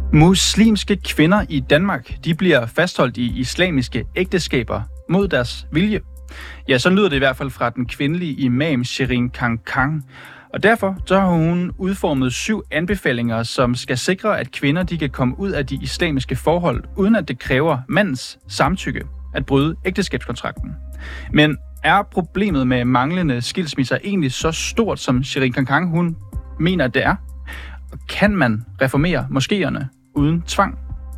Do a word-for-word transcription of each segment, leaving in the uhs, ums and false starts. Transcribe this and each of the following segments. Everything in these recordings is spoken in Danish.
Muslimske kvinder i Danmark, de bliver fastholdt i islamiske ægteskaber mod deres vilje. Ja, så lyder det i hvert fald fra den kvindelige imam Sherin Khankan. Og derfor så har hun udformet syv anbefalinger, som skal sikre, at kvinder de kan komme ud af de islamiske forhold, uden at det kræver mandens samtykke at bryde ægteskabskontrakten. Men er problemet med manglende skilsmisser egentlig så stort, som Sherin Khankan hun mener, at det er? Kan man reformere moskéerne uden tvang?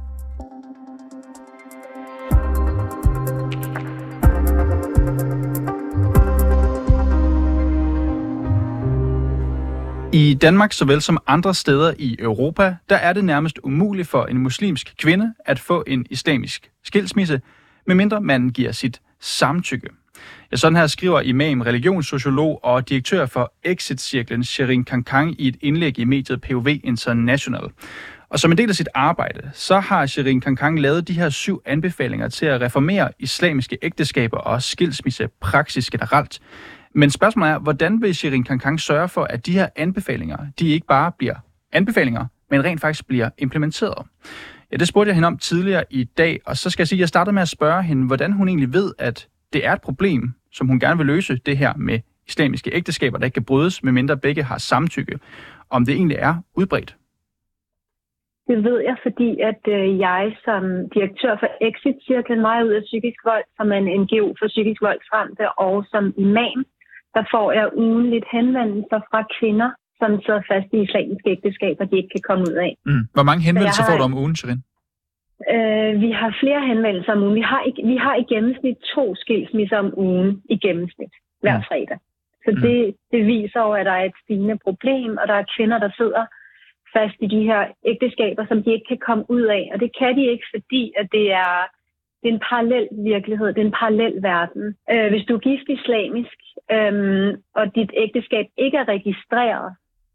I Danmark, såvel som andre steder i Europa, der er det nærmest umuligt for en muslimsk kvinde at få en islamisk skilsmisse, medmindre man giver sit samtykke. Ja, sådan her skriver imam, religionssociolog og direktør for Exit-cirklen Sherin Khankan i et indlæg i mediet P O V International. Og som en del af sit arbejde, så har Sherin Khankan lavet de her syv anbefalinger til at reformere islamiske ægteskaber og skilsmissepraksis generelt. Men spørgsmålet er, hvordan vil Sherin Khankan sørge for, at de her anbefalinger, de ikke bare bliver anbefalinger, men rent faktisk bliver implementeret? Ja, det spurgte jeg hende om tidligere i dag, og så skal jeg sige, at jeg startede med at spørge hende, hvordan hun egentlig ved, at det er et problem, som hun gerne vil løse, det her med islamiske ægteskaber, der ikke kan brydes, medmindre begge har samtykke, om det egentlig er udbredt. Det ved jeg, fordi at øh, jeg som direktør for Exit-cirklen, meget ud af psykisk vold, som er en N G O for psykisk voldsramte, og som imam, der får jeg ugenligt henvendelser fra kvinder, som sidder fast i islamiske ægteskaber, de ikke kan komme ud af. Mm. Hvor mange henvendelser har... får du om ugen, Sherin? Øh, vi har flere henvendelser om ugen. Vi har, i, vi har i gennemsnit to skilsmisser om ugen i gennemsnit hver mm. fredag. Så mm. det, det viser jo, at der er et stigende problem, og der er kvinder, der sidder fast i de her ægteskaber, som de ikke kan komme ud af. Og det kan de ikke, fordi at det er, det er en parallel virkelighed, det er en parallel verden. Øh, hvis du er gift islamisk, øhm, og dit ægteskab ikke er registreret,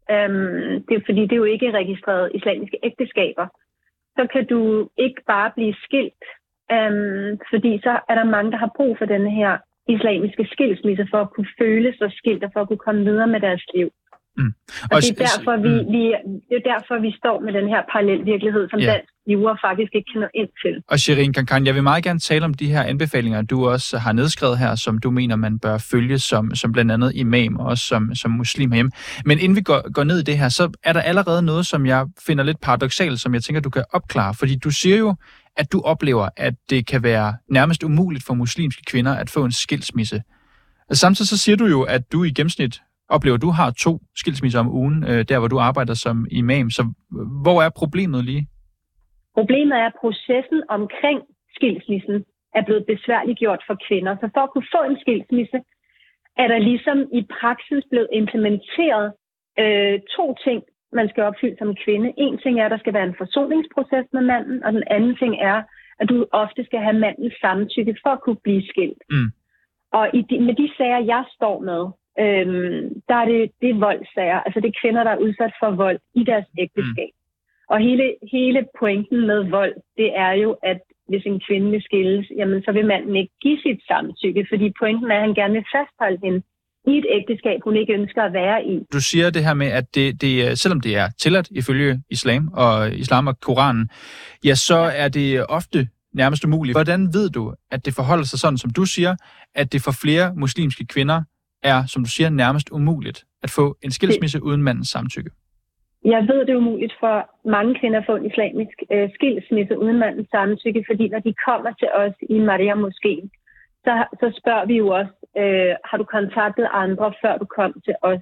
øhm, det er fordi det er jo ikke registreret islamiske ægteskaber, så kan du ikke bare blive skilt, øhm, fordi så er der mange, der har brug for denne her islamiske skilsmisse for at kunne føle sig skilt og for at kunne komme videre med deres liv. Mm. Og, og det er derfor, vi, vi, det er derfor, vi står med den her parallel virkelighed, som yeah. dansk jura faktisk ikke kan nå ind til. Og Sherin Khankan, jeg vil meget gerne tale om de her anbefalinger, du også har nedskrevet her, som du mener, man bør følge som, som blandt andet imam og også som, som muslim herhjemme. Men inden vi går, går ned i det her, så er der allerede noget, som jeg finder lidt paradoksalt, som jeg tænker, du kan opklare. Fordi du siger jo, at du oplever, at det kan være nærmest umuligt for muslimske kvinder at få en skilsmisse. Samtidig så siger du jo, at du i gennemsnit oplever, at du har to skilsmisser om ugen, øh, der hvor du arbejder som imam. Så hvor er problemet lige? Problemet er, at processen omkring skilsmissen er blevet besværligt gjort for kvinder. Så for at kunne få en skilsmisse, er der ligesom i praksis blevet implementeret øh, to ting, man skal opfylde som kvinde. En ting er, at der skal være en forsoningsproces med manden, og den anden ting er, at du ofte skal have mandens samtykke for at kunne blive skilt. Mm. Og i de, med de sager, jeg står med, Øhm, der er det, det er voldssager, altså det er kvinder, der er udsat for vold i deres ægteskab. Mm. Og hele, hele pointen med vold, det er jo, at hvis en kvinde vil skilles, jamen så vil manden ikke give sit samtykke, fordi pointen er, at han gerne vil fastholde hende i et ægteskab, hun ikke ønsker at være i. Du siger det her med, at det, det, selvom det er tilladt ifølge islam og islam og Koranen, ja, så ja. er det ofte nærmest umuligt. Hvordan ved du, at det forholder sig sådan, som du siger, at det for flere muslimske kvinder er, som du siger, nærmest umuligt at få en skilsmisse det, uden mandens samtykke? Jeg ved, det er umuligt for mange kvinder at få en islamisk øh, skilsmisse uden mandens samtykke, fordi når de kommer til os i Maria-moskeen, så, så spørger vi jo også, øh, har du kontaktet andre, før du kom til os?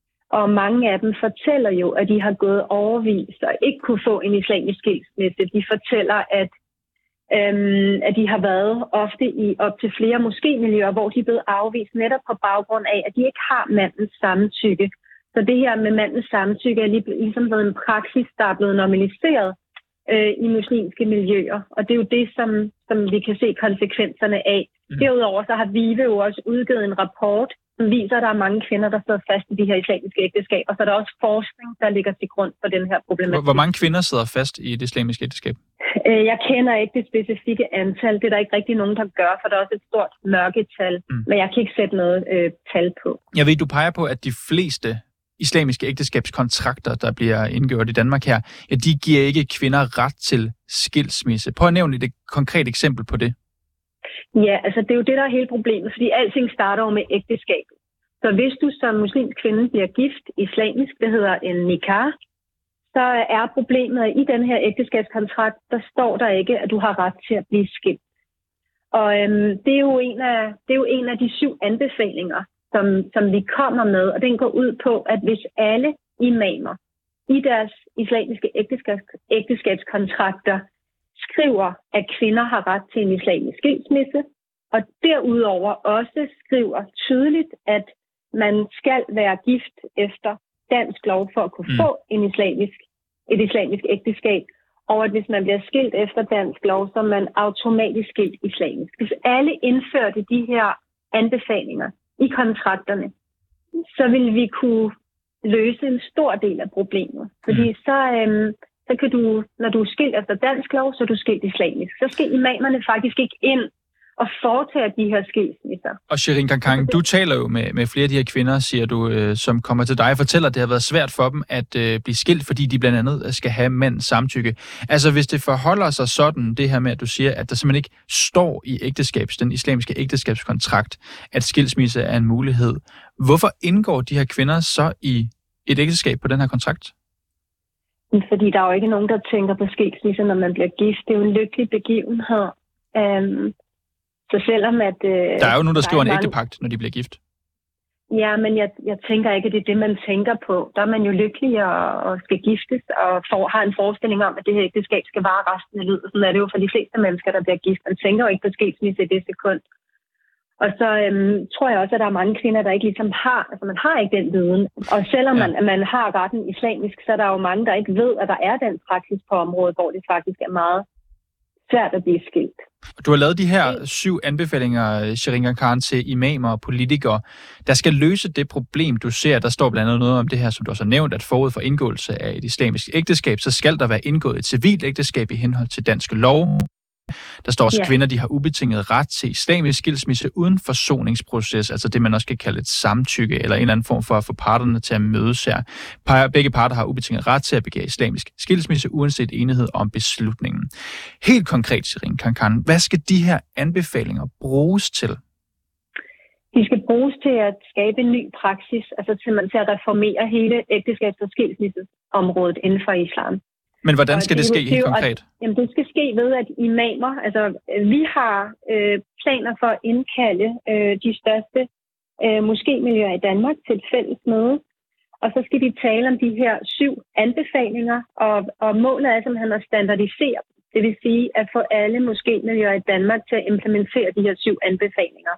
Og mange af dem fortæller jo, at de har gået overvist og ikke kunne få en islamisk skilsmisse. De fortæller, at Øhm, at de har været ofte i op til flere moskémiljøer, hvor de er blevet afvist netop på baggrund af, at de ikke har mandens samtykke. Så det her med mandens samtykke er ligesom blevet en praksis, der er blevet normaliseret øh, i muslimske miljøer. Og det er jo det, som, som vi kan se konsekvenserne af. Mm. Derudover så har VIVE jo også udgivet en rapport, som viser, at der er mange kvinder, der sidder fast i de her islamiske ægteskaber. Så der er også forskning, der ligger til grund for den her problematik. Hvor mange kvinder sidder fast i det islamiske ægteskab? Jeg kender ikke det specifikke antal. Det er der ikke rigtig nogen, der gør, for der er også et stort mørketal. Mm. Men jeg kan ikke sætte noget øh, tal på. Jeg ved, du peger på, at de fleste islamiske ægteskabskontrakter, der bliver indgjort i Danmark her, ja, de giver ikke kvinder ret til skilsmisse. Prøv at nævne et konkret eksempel på det. Ja, altså det er jo det, der er hele problemet, fordi alting starter jo med ægteskabet. Så hvis du som muslimsk kvinde bliver gift islamisk, det hedder en nikah, så er problemet, at i den her ægteskabskontrakt, der står der ikke, at du har ret til at blive skilt. Og øhm, det, er jo en af, det er jo en af de syv anbefalinger, som, som vi kommer med, og den går ud på, at hvis alle imamer i deres islamiske ægteskabs, ægteskabskontrakter skriver, at kvinder har ret til en islamisk skilsmisse, og derudover også skriver tydeligt, at man skal være gift efter dansk lov for at kunne mm. få en islamisk, et islamisk ægteskab, og at hvis man bliver skilt efter dansk lov, så er man automatisk skilt islamisk. Hvis alle indførte de her anbefalinger i kontrakterne, så ville vi kunne løse en stor del af problemet. Fordi mm. så, øhm, så kan du, når du er skilt efter dansk lov, så er du skilt islamisk. Så skal imamerne faktisk ikke ind og foretage de her skilsmisser. Og Sherin Khankan, du taler jo med, med flere af de her kvinder, siger du, øh, som kommer til dig og fortæller, at det har været svært for dem at øh, blive skilt, fordi de blandt andet skal have mænds samtykke. Altså hvis det forholder sig sådan, det her med, at du siger, at der simpelthen ikke står i ægteskabs, den islamiske ægteskabskontrakt, at skilsmisse er en mulighed. Hvorfor indgår de her kvinder så i et ægteskab på den her kontrakt? Fordi der er jo ikke nogen, der tænker på skilsmisse, når man bliver gift. Det er jo en lykkelig begivenhed. Um Så selvom at... Øh, der er jo nogen, der skriver en mange... ægtepagt, når de bliver gift. Ja, men jeg, jeg tænker ikke, at det er det, man tænker på. Der er man jo lykkelig og, og skal giftes, og for, har en forestilling om, at det her ægteskab skal vare resten af livet. Sådan er det jo for de fleste mennesker, der bliver gift. Man tænker jo ikke på skilsmisse i det sekund. Og så øhm, tror jeg også, at der er mange kvinder, der ikke ligesom har... Altså, man har ikke den viden. Og selvom ja. man, man har retten islamisk, så er der jo mange, der ikke ved, at der er den praksis på området, hvor det faktisk er meget svært at blive skilt. Du har lavet de her syv anbefalinger, Sherin Khankan, til imamer og politikere, der skal løse det problem, du ser. Der står blandt andet noget om det her, som du også har nævnt, at forud for indgåelse af et islamisk ægteskab, så skal der være indgået et civilt ægteskab i henhold til dansk lov. Der står også, at ja. kvinder de har ubetinget ret til islamisk skilsmisse uden forsoningsproces, altså det, man også kan kalde et samtykke, eller en eller anden form for at få parterne til at mødes her. Begge parter har ubetinget ret til at begære islamisk skilsmisse, uanset enighed om beslutningen. Helt konkret, Sherin Khankan, hvad skal de her anbefalinger bruges til? De skal bruges til at skabe en ny praksis, altså til at reformere hele ægteskabs- og skilsmisseområdet inden for islam. Men hvordan skal det, det ske helt konkret? At, jamen, det skal ske ved, at imamer, altså vi har øh, planer for at indkalde øh, de største øh, moskémiljøer i Danmark til et fælles møde, og så skal de tale om de her syv anbefalinger, og, og målet er simpelthen at standardisere, det vil sige at få alle moskémiljøer i Danmark til at implementere de her syv anbefalinger.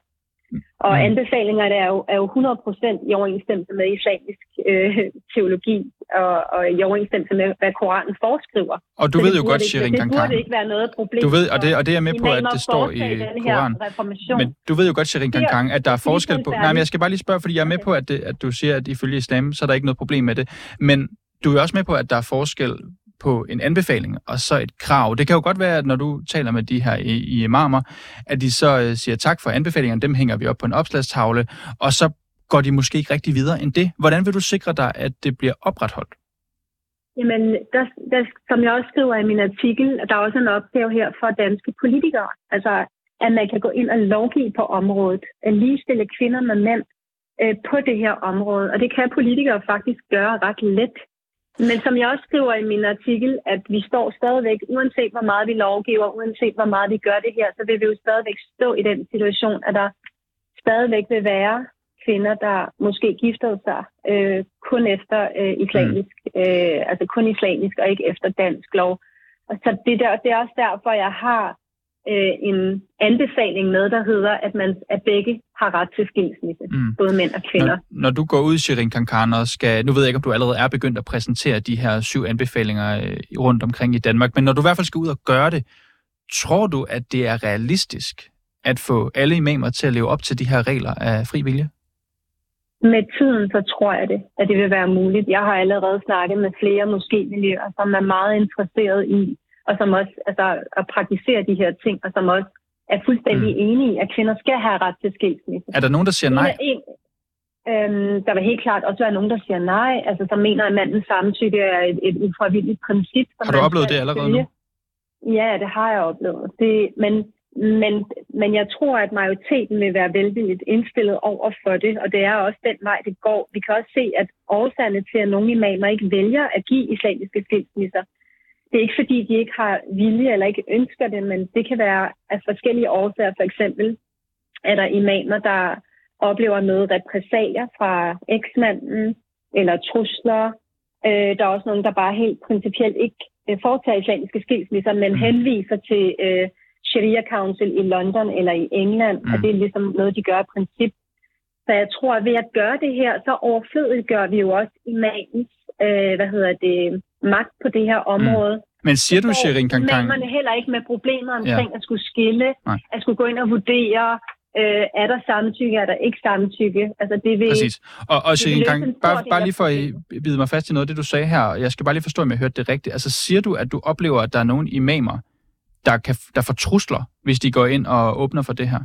Og anbefalingerne er jo, er jo hundrede procent i overensstemmelse med islamisk øh, teologi og, og i overensstemmelse med, hvad Koranen foreskriver. Og du så ved jo godt, Sherin Khankan. Det burde ikke være noget problem. Du ved, og det, og det er med på, at det står i Koranen. Men du ved jo godt, Sherin Khankan, at der er forskel på... Nej, men jeg skal bare lige spørge, fordi jeg er med på, at, det, at du siger, at ifølge islam, så er der ikke noget problem med det. Men du er også med på, at der er forskel på en anbefaling og så et krav. Det kan jo godt være, at når du taler med de her i, i imamer, at de så uh, siger tak for anbefalingerne, dem hænger vi op på en opslagstavle, og så går de måske ikke rigtig videre end det. Hvordan vil du sikre dig, at det bliver opretholdt? Jamen, der, der, som jeg også skriver i min artikel, at der er også en opgave her for danske politikere. Altså, at man kan gå ind og lovgive på området, at ligestille kvinder med mænd øh, på det her område. Og det kan politikere faktisk gøre ret let. Men som jeg også skriver i min artikel, at vi står stadigvæk, uanset hvor meget vi lovgiver, uanset hvor meget vi gør det her, så vil vi jo stadigvæk stå i den situation, at der stadigvæk vil være kvinder, der måske gifter sig øh, kun efter øh, islamisk, øh, altså kun islamisk og ikke efter dansk lov. Og så det, der, det er også derfor, jeg har øh, en anbefaling med, der hedder, at man at begge har ret til skilsmisse, mm. både mænd og kvinder. Når, når du går ud, Sherin Khankan, og skal, nu ved jeg ikke, om du allerede er begyndt at præsentere de her syv anbefalinger øh, rundt omkring i Danmark, men når du i hvert fald skal ud og gøre det, tror du, at det er realistisk at få alle imamer til at leve op til de her regler af fri vilje? Med tiden, så tror jeg det, at det vil være muligt. Jeg har allerede snakket med flere moskémiljøer, som er meget interesseret i, og som også altså, at praktisere de her ting, og som også er fuldstændig mm. enige i, at kvinder skal have ret til skilsmisse. Er der nogen, der siger nej? En, Øhm, der vil helt klart også være nogen, der siger nej, altså som mener, at mandens samtykke er et, et ufravilligt princip. Har du oplevet det allerede følge. nu? Ja, det har jeg oplevet. Det, men, men, men jeg tror, at majoriteten vil være velvilligt indstillet over for det, og det er også den vej, det går. Vi kan også se, at årsagerne til, at nogle imamer ikke vælger at give islamiske skilsmisser, det er ikke fordi, de ikke har vilje eller ikke ønsker det, men det kan være af forskellige årsager. For eksempel er der imamer, der oplever noget repressalier fra eksmanden eller trusler. Øh, der er også nogen, der bare helt principielt ikke øh, foretager islamiske skilsmisser, men henviser til øh, Sharia Council i London eller i England, mm. og det er ligesom noget, de gør af princip. Så jeg tror, at ved at gøre det her, så overflødigt gør vi jo også imamens øh, hvad hedder det, magt på det her område. Mm. Men siger du, Sherin Khankan... Imamerne heller ikke med problemer omkring ja. at skulle skille, Nej. at skulle gå ind og vurdere, øh, er der samtykke, er der ikke samtykke. Altså, det vil, Præcis. Og, og Sherin Khankan, bare, bare lige for at bide mig fast i noget af det, du sagde her, jeg skal bare lige forstå, om jeg hørte det rigtigt. Altså, siger du, at du oplever, at der er nogle imamer, der, kan, der får trusler, hvis de går ind og åbner for det her?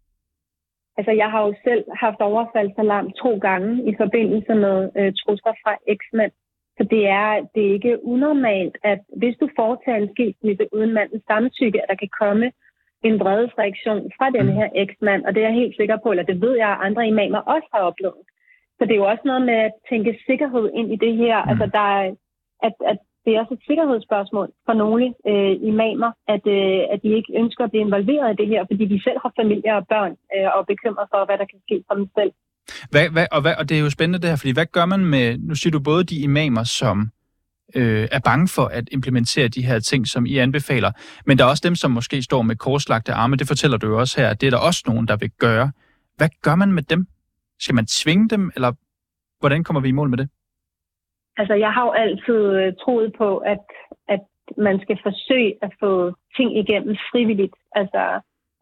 Altså, jeg har jo selv haft overfaldsalarm to gange i forbindelse med øh, trusler fra eksmænd. Så det er, det er ikke unormalt, at hvis du foretager en skilsmisse uden mandens samtykke, at der kan komme en vredesreaktion fra den her eksmand, og det er jeg helt sikker på, eller det ved jeg, at andre imamer også har oplevet. Så det er jo også noget med at tænke sikkerhed ind i det her. Mm. Altså, der er, at, at det er også et sikkerhedsspørgsmål for nogle øh, imamer, at, øh, at de ikke ønsker at blive involveret i det her, fordi de selv har familie og børn øh, og er bekymret for, hvad der kan ske for dem selv. Hvad, hvad, og, hvad, og det er jo spændende det her, fordi hvad gør man med, nu siger du både de imamer, som øh, er bange for at implementere de her ting, som I anbefaler, men der er også dem, som måske står med korslagte arme, det fortæller du jo også her, det er der også nogen, der vil gøre. Hvad gør man med dem? Skal man tvinge dem, eller hvordan kommer vi i mål med det? Altså, jeg har jo altid troet på, at, at man skal forsøge at få ting igennem frivilligt. Altså,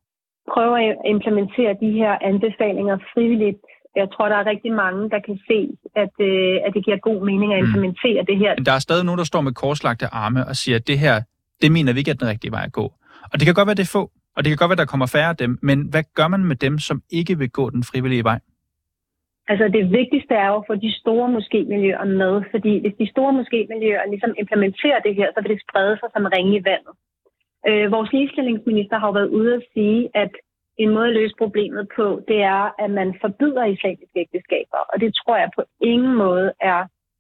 prøve at implementere de her anbefalinger frivilligt. Jeg tror, der er rigtig mange, der kan se, at, øh, at det giver god mening at implementere mm. det her. Men der er stadig nogen, der står med korslagte arme og siger, at det her, det mener vi ikke er den rigtige vej at gå. Og det kan godt være, det er få, og det kan godt være, der kommer færre af dem, men hvad gør man med dem, som ikke vil gå den frivillige vej? Altså det vigtigste er jo at få de store moskémiljøer med, fordi hvis de store moskémiljøer ligesom implementerer det her, så vil det sprede sig som ringe i vandet. Øh, vores ligestillingsminister har jo været ude at sige, at en måde at løse problemet på, det er, at man forbyder islamiske ægteskaber, og det tror jeg på ingen måde er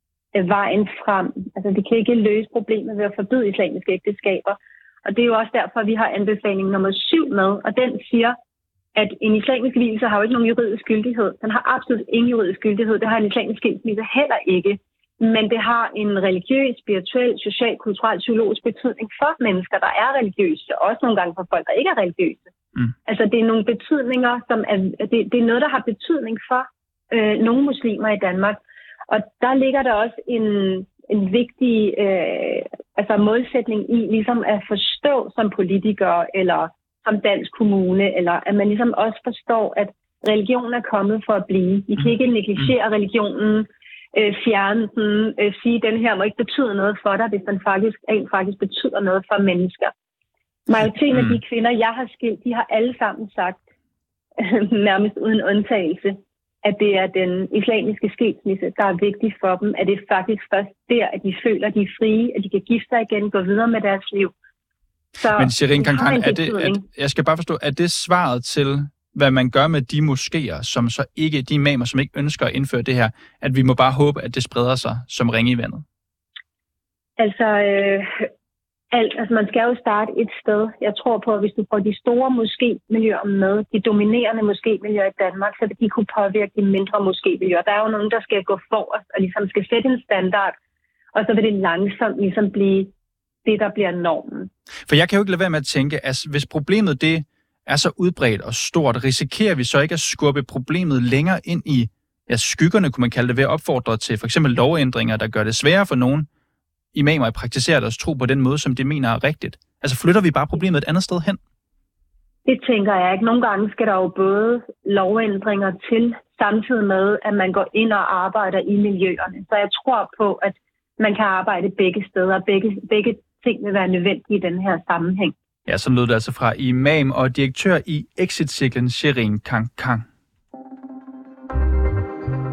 vejen frem. Altså vi kan ikke løse problemet ved at forbyde islamiske ægteskaber, og det er jo også derfor, at vi har anbefaling nummer syv med, og den siger, at en islamisk vielse har jo ikke nogen juridisk gyldighed. Den har absolut ingen juridisk gyldighed. Det har en islamisk skilsmisse heller ikke. Men det har en religiøs, spirituel, social, kulturel, psykologisk betydning for mennesker, der er religiøse. Og også nogle gange for folk, der ikke er religiøse. Mm. Altså det er nogle betydninger, som er, det, det er noget, der har betydning for øh, nogle muslimer i Danmark. Og der ligger der også en, en vigtig øh, altså målsætning i ligesom at forstå som politikere eller som dansk kommune, eller at man ligesom også forstår, at religionen er kommet for at blive. Vi kan ikke negligere religionen, øh, fjerne den, øh, sige, at den her må ikke betyde noget for dig, hvis den faktisk, faktisk betyder noget for mennesker. Majoriteten af de kvinder, jeg har skilt, de har alle sammen sagt, nærmest uden undtagelse, at det er den islamiske skilsmisse, der er vigtig for dem, at det er faktisk først der, at de føler, at de er frie, at de kan gifte sig igen, gå videre med deres liv. Så men Sherin Khankan, er det, at, jeg skal bare forstå, er det svaret til, hvad man gør med de moskéer, som så ikke, de imamer, som ikke ønsker at indføre det her, at vi må bare håbe, at det spreder sig som ringe i vandet? Altså, øh, alt, altså man skal jo starte et sted. Jeg tror på, at hvis du får de store moskémiljøer med, de dominerende moskémiljøer i Danmark, så vil de kunne påvirke de mindre moskémiljøer. Der er jo nogen, der skal gå forrest og ligesom skal sætte en standard, og så vil det langsomt ligesom blive det, der bliver normen. For jeg kan jo ikke lade være med at tænke, at hvis problemet det er så udbredt og stort, risikerer vi så ikke at skubbe problemet længere ind i ja, skyggerne, kunne man kalde det, ved at opfordre til for eksempel lovændringer, der gør det sværere for nogen imamer at praktisere deres tro på den måde, som de mener er rigtigt. Altså flytter vi bare problemet et andet sted hen? Det tænker jeg ikke. Nogle gange skal der jo både lovændringer til, samtidig med, at man går ind og arbejder i miljøerne. Så jeg tror på, at man kan arbejde begge steder. Begge, begge ting vil være nødvendige i den her sammenhæng. Ja, så lød det altså fra imam og direktør i Exit-cirklen, Sherin Khankan.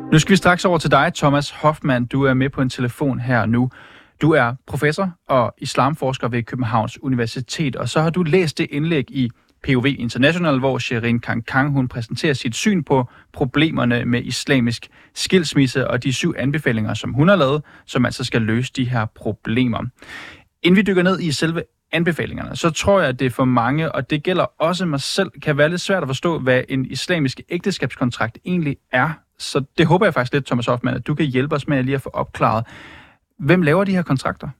Nu skal vi straks over til dig, Thomas Hoffmann. Du er med på en telefon her nu. Du er professor og islamforsker ved Københavns Universitet, og så har du læst det indlæg i P O V International, hvor Sherin Khankan hun præsenterer sit syn på problemerne med islamisk skilsmisse og de syv anbefalinger, som hun har lavet, som altså skal løse de her problemer. Inden vi dykker ned i selve anbefalingerne, så tror jeg, at det for mange, og det gælder også mig selv, kan være lidt svært at forstå, hvad en islamisk ægteskabskontrakt egentlig er. Så det håber jeg faktisk lidt, Thomas Hoffmann, at du kan hjælpe os med lige at få opklaret. Hvem laver de her kontrakter?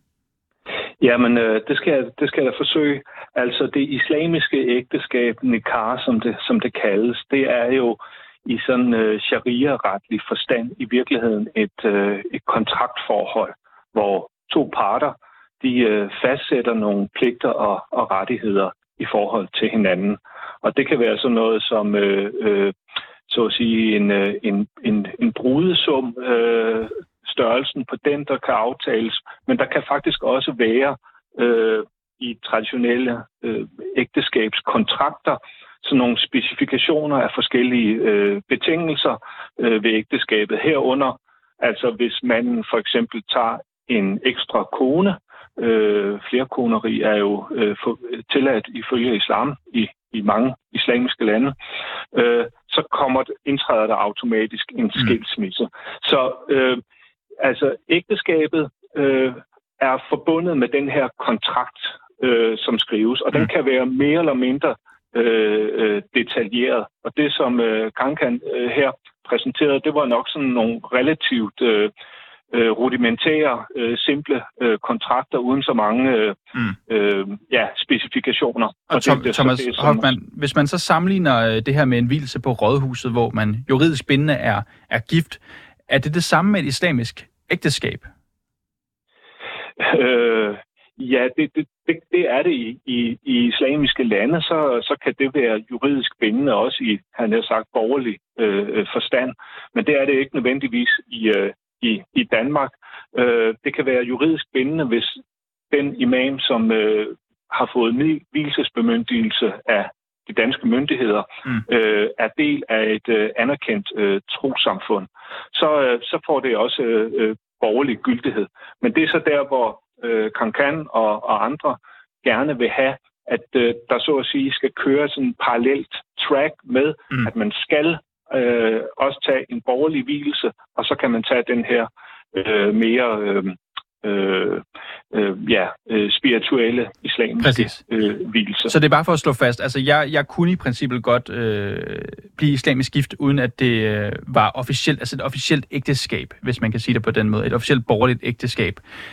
Jamen, øh, det, skal jeg, det skal jeg forsøge. Altså, det islamiske ægteskab, nikah, som det, som det kaldes, det er jo i sådan øh, sharia-retlig forstand i virkeligheden et, øh, et kontraktforhold, hvor to parter, de øh, fastsætter nogle pligter og, og rettigheder i forhold til hinanden. Og det kan være sådan noget som, øh, øh, så at sige, en, en, en, en brudesum, øh, størrelsen på den, der kan aftales, men der kan faktisk også være øh, i traditionelle øh, ægteskabskontrakter sådan nogle specifikationer af forskellige øh, betingelser øh, ved ægteskabet herunder. Altså hvis man for eksempel tager en ekstra kone, øh, flerkoneri er jo øh, for, tilladt ifølge islam i, i mange islamiske lande, øh, så kommer indtræder der automatisk en skilsmisse. Mm. Så øh, altså ægteskabet øh, er forbundet med den her kontrakt, øh, som skrives, og den kan være mere eller mindre øh, øh, detaljeret. Og det, som øh, Khankan øh, her præsenterede, det var nok sådan nogle relativt øh, øh, rudimentære, øh, simple øh, kontrakter uden så mange øh, mm. øh, ja, specifikationer. Og, og Tom, det, Thomas det, Hoffmann, hvis man så sammenligner det her med en vielse på rådhuset, hvor man juridisk bindende er, er gift, er det det samme med et islamisk ægteskab? Øh, ja, det, det, det, det er det i, i, i islamiske lande, så, så kan det være juridisk bindende også i, han har sagt, borgerlig øh, forstand. Men det er det ikke nødvendigvis i, øh, i, i Danmark. Øh, det kan være juridisk bindende, hvis den imam, som øh, har fået vielsesbemyndigelse af de danske myndigheder, mm. øh, er del af et øh, anerkendt øh, trossamfund, så, øh, så får det også øh, borgerlig gyldighed. Men det er så der, hvor øh, Khankan og, og andre gerne vil have, at øh, der så at sige skal køre sådan en parallelt track med, mm. at man skal øh, også tage en borgerlig vielse, og så kan man tage den her øh, mere øh, Øh, øh, ja, øh, spirituelle islamiske øh, vielser. Så det er bare for at slå fast, altså jeg, jeg kunne i princippet godt øh, blive islamisk gift, uden at det øh, var officielt, altså et officielt ægteskab, hvis man kan sige det på den måde, et officielt borgerligt ægteskab.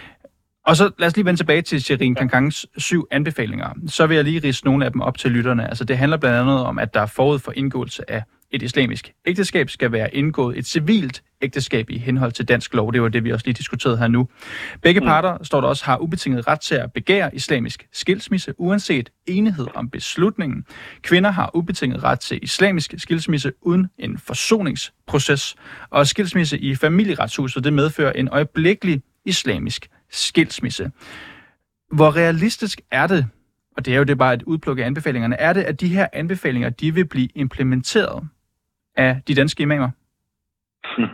Og så lad os lige vende tilbage til Sherin Khankans syv anbefalinger. Så vil jeg lige ridse nogle af dem op til lytterne. Altså det handler blandt andet om, at der forud for indgåelse af et islamisk ægteskab skal være indgået et civilt ægteskab i henhold til dansk lov. Det var det, vi også lige diskuterede her nu. Begge parter, står der også, har ubetinget ret til at begære islamisk skilsmisse, uanset enighed om beslutningen. Kvinder har ubetinget ret til islamisk skilsmisse uden en forsoningsproces. Og skilsmisse i familieretshuset, det medfører en øjeblikkelig islamisk skilsmisse. Hvor realistisk er det, og det er jo det bare et udpluk af anbefalingerne, er det, at de her anbefalinger, de vil blive implementeret af de danske imamer? Hmm.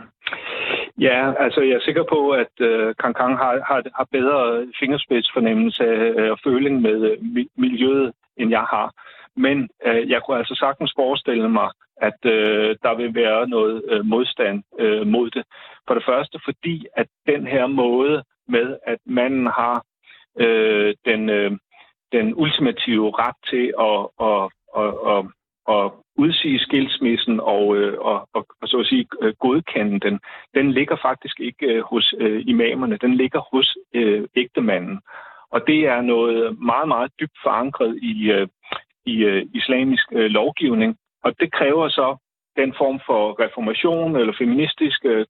Ja, altså jeg er sikker på, at uh, Khankan har, har, har bedre fingerspidsfornemmelse uh, og føling med uh, miljøet, end jeg har. Men uh, jeg kunne altså sagtens forestille mig, at uh, der vil være noget uh, modstand uh, mod det. For det første, fordi at den her måde med, at manden har uh, den... Uh, den ultimative ret til at, at, at, at, at udsige skilsmissen og, og, og, og så at sige godkende den, den ligger faktisk ikke hos øh, imamerne, den ligger hos øh, ægtemanden. Og det er noget meget, meget dybt forankret i, øh, i øh, islamisk øh, lovgivning, og det kræver så den form for reformation eller feministisk øh,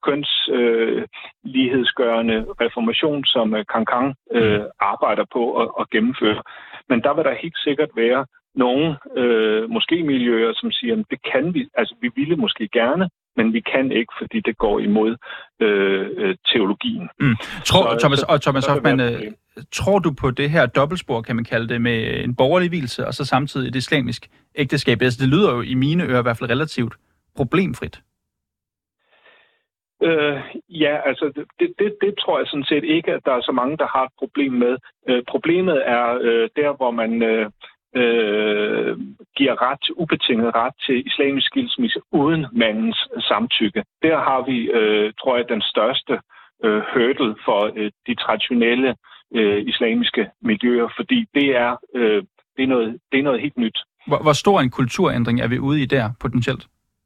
kønslighedsgørende øh, reformation, som øh, Khankan øh, arbejder på at, at gennemføre. Men der vil der helt sikkert være nogle øh, måske miljøer, som siger, at det kan vi, altså vi ville måske gerne, men vi kan ikke, fordi det går imod øh, øh, teologien. Mm. Tror, så, Thomas, og Thomas Hoffmann, øh, tror du på det her dobbeltspor, kan man kalde det, med en borgerlig vielse og så samtidig et islamisk ægteskab? Altså det lyder jo i mine ører i hvert fald relativt problemfrit. Øh, ja, altså det, det, det tror jeg sådan set ikke, at der er så mange, der har et problem med. Øh, problemet er øh, der, hvor man øh, øh, giver ret til ubetinget ret til islamisk skilsmisse uden mandens samtykke. Der har vi, øh, tror jeg, den største øh, hurdle for øh, de traditionelle øh, islamiske miljøer, fordi det er, øh, det er, noget, det er noget helt nyt. Hvor, hvor stor en kulturændring er vi ude i der potentielt?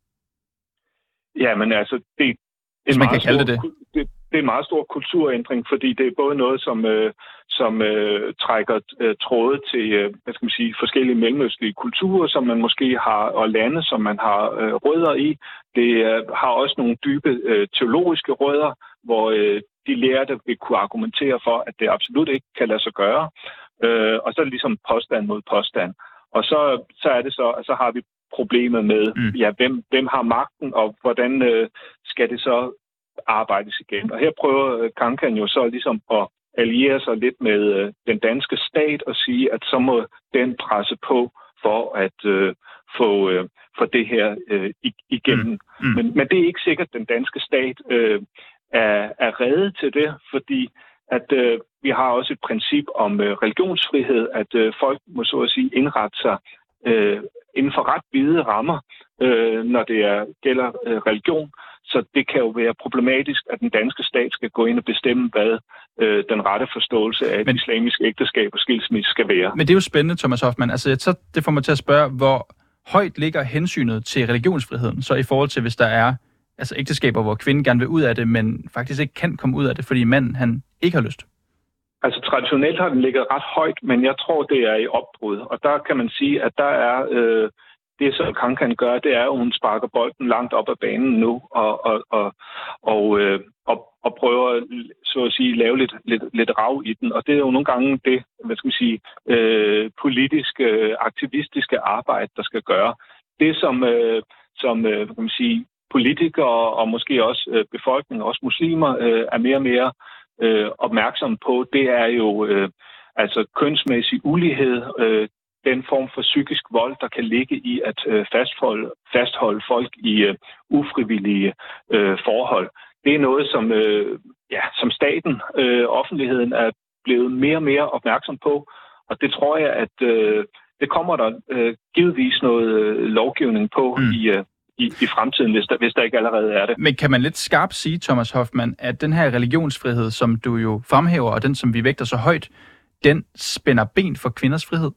Ja, men altså, det, Hvis man kan kalde det det. det. Det er en meget stor kulturændring, fordi det er både noget, som, øh, som øh, trækker øh, tråde til øh, hvad skal man sige, forskellige mellemøstlige kulturer, som man måske har, og lande, som man har øh, rødder i. Det øh, har også nogle dybe øh, teologiske rødder, hvor øh, de lærte vil kunne argumentere for, at det absolut ikke kan lade sig gøre. Øh, og så er det ligesom påstand mod påstand. Og så, så er det så, at så har vi problemet med, mm. ja, hvem, hvem har magten, og hvordan øh, skal det så arbejdes igen. Og her prøver Kankan jo så ligesom at alliere sig lidt med øh, den danske stat og sige, at så må den presse på for at øh, få øh, for det her øh, igennem. Mm. Mm. Men, men det er ikke sikkert, at den danske stat øh, er, er rede til det, fordi at øh, vi har også et princip om øh, religionsfrihed, at øh, folk må så at sige indrette sig øh, inden for ret vide rammer, øh, når det er, gælder øh, religion. Så det kan jo være problematisk, at den danske stat skal gå ind og bestemme, hvad øh, den rette forståelse af et men, islamisk ægteskab og skilsmisse skal være. Men det er jo spændende, Thomas Hoffmann. Altså, så det får mig til at spørge, hvor højt ligger hensynet til religionsfriheden, så i forhold til, hvis der er altså ægteskaber, hvor kvinden gerne vil ud af det, men faktisk ikke kan komme ud af det, fordi manden han ikke har lyst? Altså traditionelt har den ligget ret højt, men jeg tror, det er i opbrud. Og der kan man sige, at der er øh, det, som Kankan gør, det er, at hun sparker bolden langt op ad banen nu, og, og, og, og, øh, og, og prøver, så at sige, lave lidt, lidt, lidt rav i den. Og det er jo nogle gange det, hvad skal man sige, øh, politiske, aktivistiske arbejde, der skal gøre. Det, som, øh, som øh, hvad kan man sige, politikere og måske også øh, befolkningen, også muslimer, øh, er mere og mere øh, opmærksomme på, det er jo øh, altså kønsmæssig ulighed, øh, den form for psykisk vold, der kan ligge i at øh, fastholde, fastholde folk i øh, ufrivillige øh, forhold. Det er noget, som, øh, ja, som staten, øh, offentligheden er blevet mere og mere opmærksom på, og det tror jeg, at øh, det kommer der øh, givetvis noget øh, lovgivning på mm. i øh, I, i fremtiden, hvis der, hvis der ikke allerede er det. Men kan man lidt skarpt sige, Thomas Hoffmann, at den her religionsfrihed, som du jo fremhæver, og den, som vi vægter så højt, den spænder ben for kvinders frihed?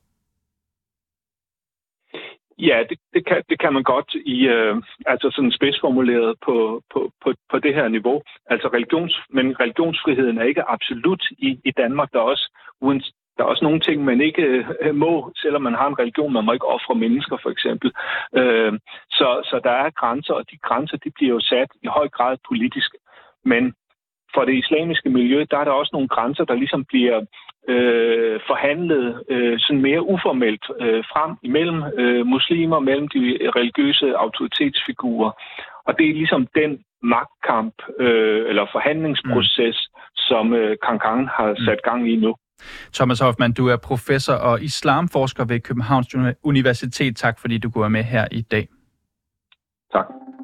Ja, det, det, kan, det kan man godt i, øh, altså sådan spidsformuleret på, på, på, på det her niveau. Altså religions, men religionsfriheden er ikke absolut i, i Danmark. Der er også uden Der er også nogle ting, man ikke øh, må, selvom man har en religion. Man må ikke ofre mennesker, for eksempel. Øh, så, så der er grænser, og de grænser de bliver jo sat i høj grad politisk. Men for det islamiske miljø, der er der også nogle grænser, der ligesom bliver øh, forhandlet øh, sådan mere uformelt øh, frem imellem øh, muslimer, mellem de religiøse autoritetsfigurer. Og det er ligesom den magtkamp øh, eller forhandlingsproces, mm. som øh, Kankan har sat gang i nu. Thomas Hoffmann, du er professor og islamforsker ved Københavns Universitet. Tak fordi du går med her i dag. Tak.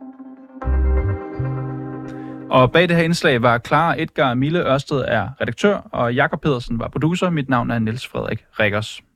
Og bag det her indslag var Clara Edgar Mille Ørsted er redaktør, og Jakob Pedersen var producer. Mit navn er Niels Frederik Rikkers.